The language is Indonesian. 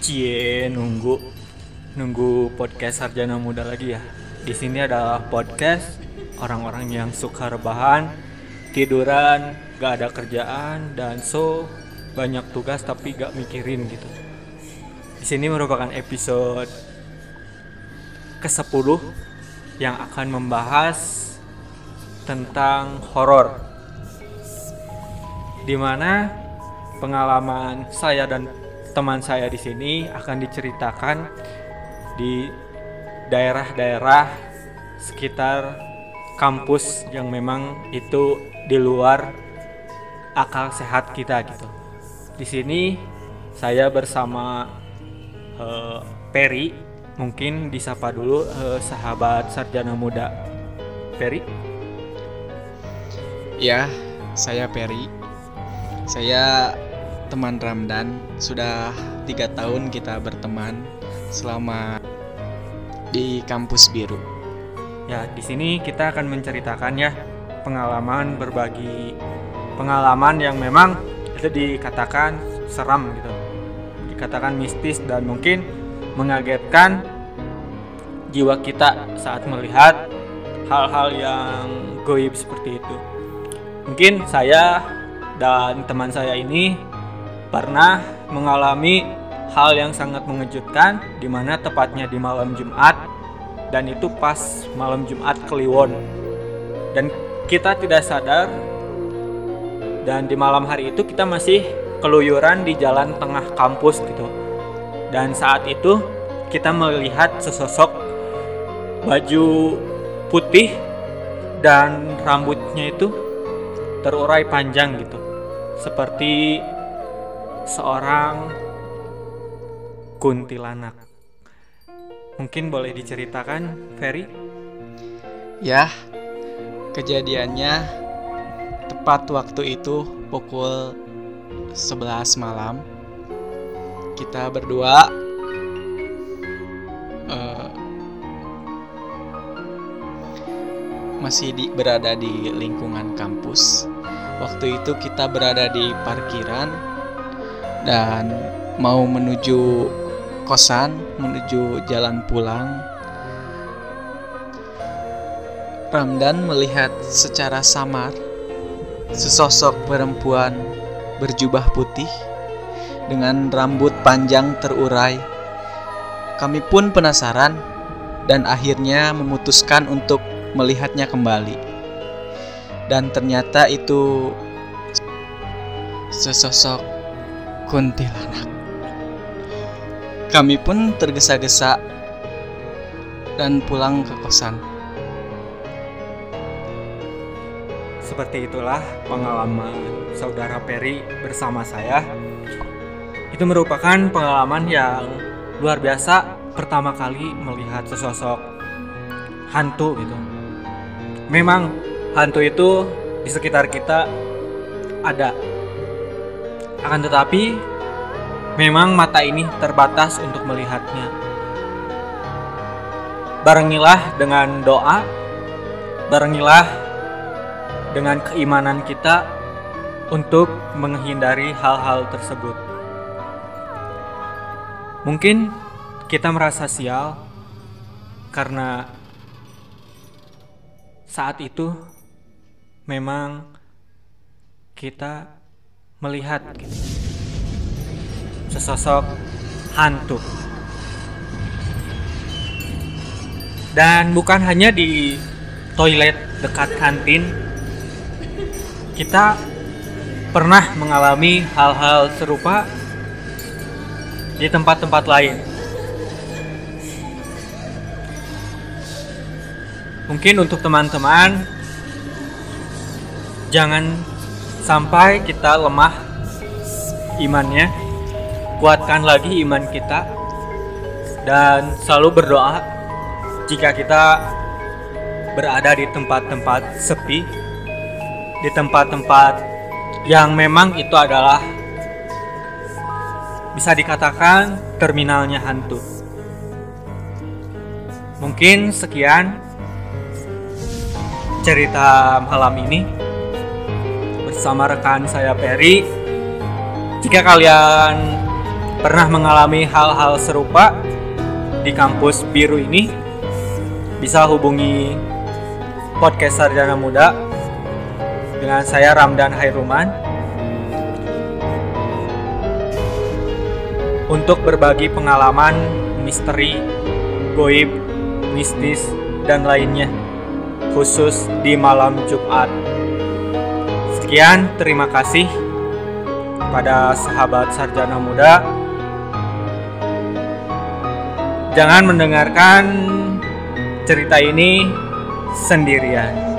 Cie nunggu podcast Sarjana Muda lagi ya. Di sini adalah podcast orang-orang yang suka rebahan, tiduran, gak ada kerjaan dan banyak tugas tapi gak mikirin gitu. Di sini merupakan episode ke-10 yang akan membahas tentang horor. Dimana pengalaman saya dan teman saya di sini akan diceritakan di daerah-daerah sekitar kampus yang memang itu di luar akal sehat kita gitu. Di sini saya bersama Peri, mungkin disapa dulu sahabat Sarjana Muda. Peri? Ya, saya Peri. Saya teman Ramdan. Sudah 3 tahun kita berteman selama di kampus biru. Ya, di sini kita akan menceritakan ya berbagi pengalaman yang memang itu dikatakan seram gitu, dikatakan mistis dan mungkin mengagetkan jiwa kita saat melihat hal-hal yang goib seperti itu. Mungkin saya dan teman saya ini pernah mengalami hal yang sangat mengejutkan, di mana tepatnya di malam Jumat, dan itu pas malam Jumat Kliwon, dan kita tidak sadar, dan di malam hari itu kita masih keluyuran di jalan tengah kampus gitu, dan saat itu kita melihat sesosok baju putih dan rambutnya itu terurai panjang gitu, seperti seorang kuntilanak. Mungkin boleh diceritakan, Ferry? Ya, kejadiannya tepat waktu itu pukul 11 malam. Kita berdua masih berada di lingkungan kampus. Waktu itu kita berada di parkiran dan mau menuju kosan, menuju jalan pulang. Ramdan melihat secara samar sesosok perempuan berjubah putih dengan rambut panjang terurai. Kami pun penasaran dan akhirnya memutuskan untuk melihatnya kembali. Dan ternyata itu sesosok kuntilanak. Kami pun tergesa-gesa dan pulang ke kosan. Seperti itulah pengalaman saudara Peri bersama saya. Itu merupakan pengalaman yang luar biasa, pertama kali melihat sesosok hantu gitu. Memang hantu itu di sekitar kita ada, akan tetapi memang mata ini terbatas untuk melihatnya. Barengilah dengan doa, barengilah dengan keimanan kita untuk menghindari hal-hal tersebut. Mungkin kita merasa sial karena saat itu memang kita melihat sesosok hantu. Dan bukan hanya di toilet dekat kantin, kita pernah mengalami hal-hal serupa di tempat-tempat lain. Mungkin untuk teman-teman, jangan sampai kita lemah imannya. Kuatkan lagi iman kita dan selalu berdoa jika kita berada di tempat-tempat sepi, di tempat-tempat yang memang itu adalah bisa dikatakan terminalnya hantu. Mungkin sekian cerita malam ini bersama rekan saya Peri. Jika kalian pernah mengalami hal-hal serupa di kampus biru ini, bisa hubungi podcast Sarjana Muda dengan saya Ramdan Hairuman untuk berbagi pengalaman misteri, goib, mistis, dan lainnya, khusus di malam Jumat. Sekian, terima kasih pada sahabat Sarjana Muda. Jangan mendengarkan cerita ini sendirian.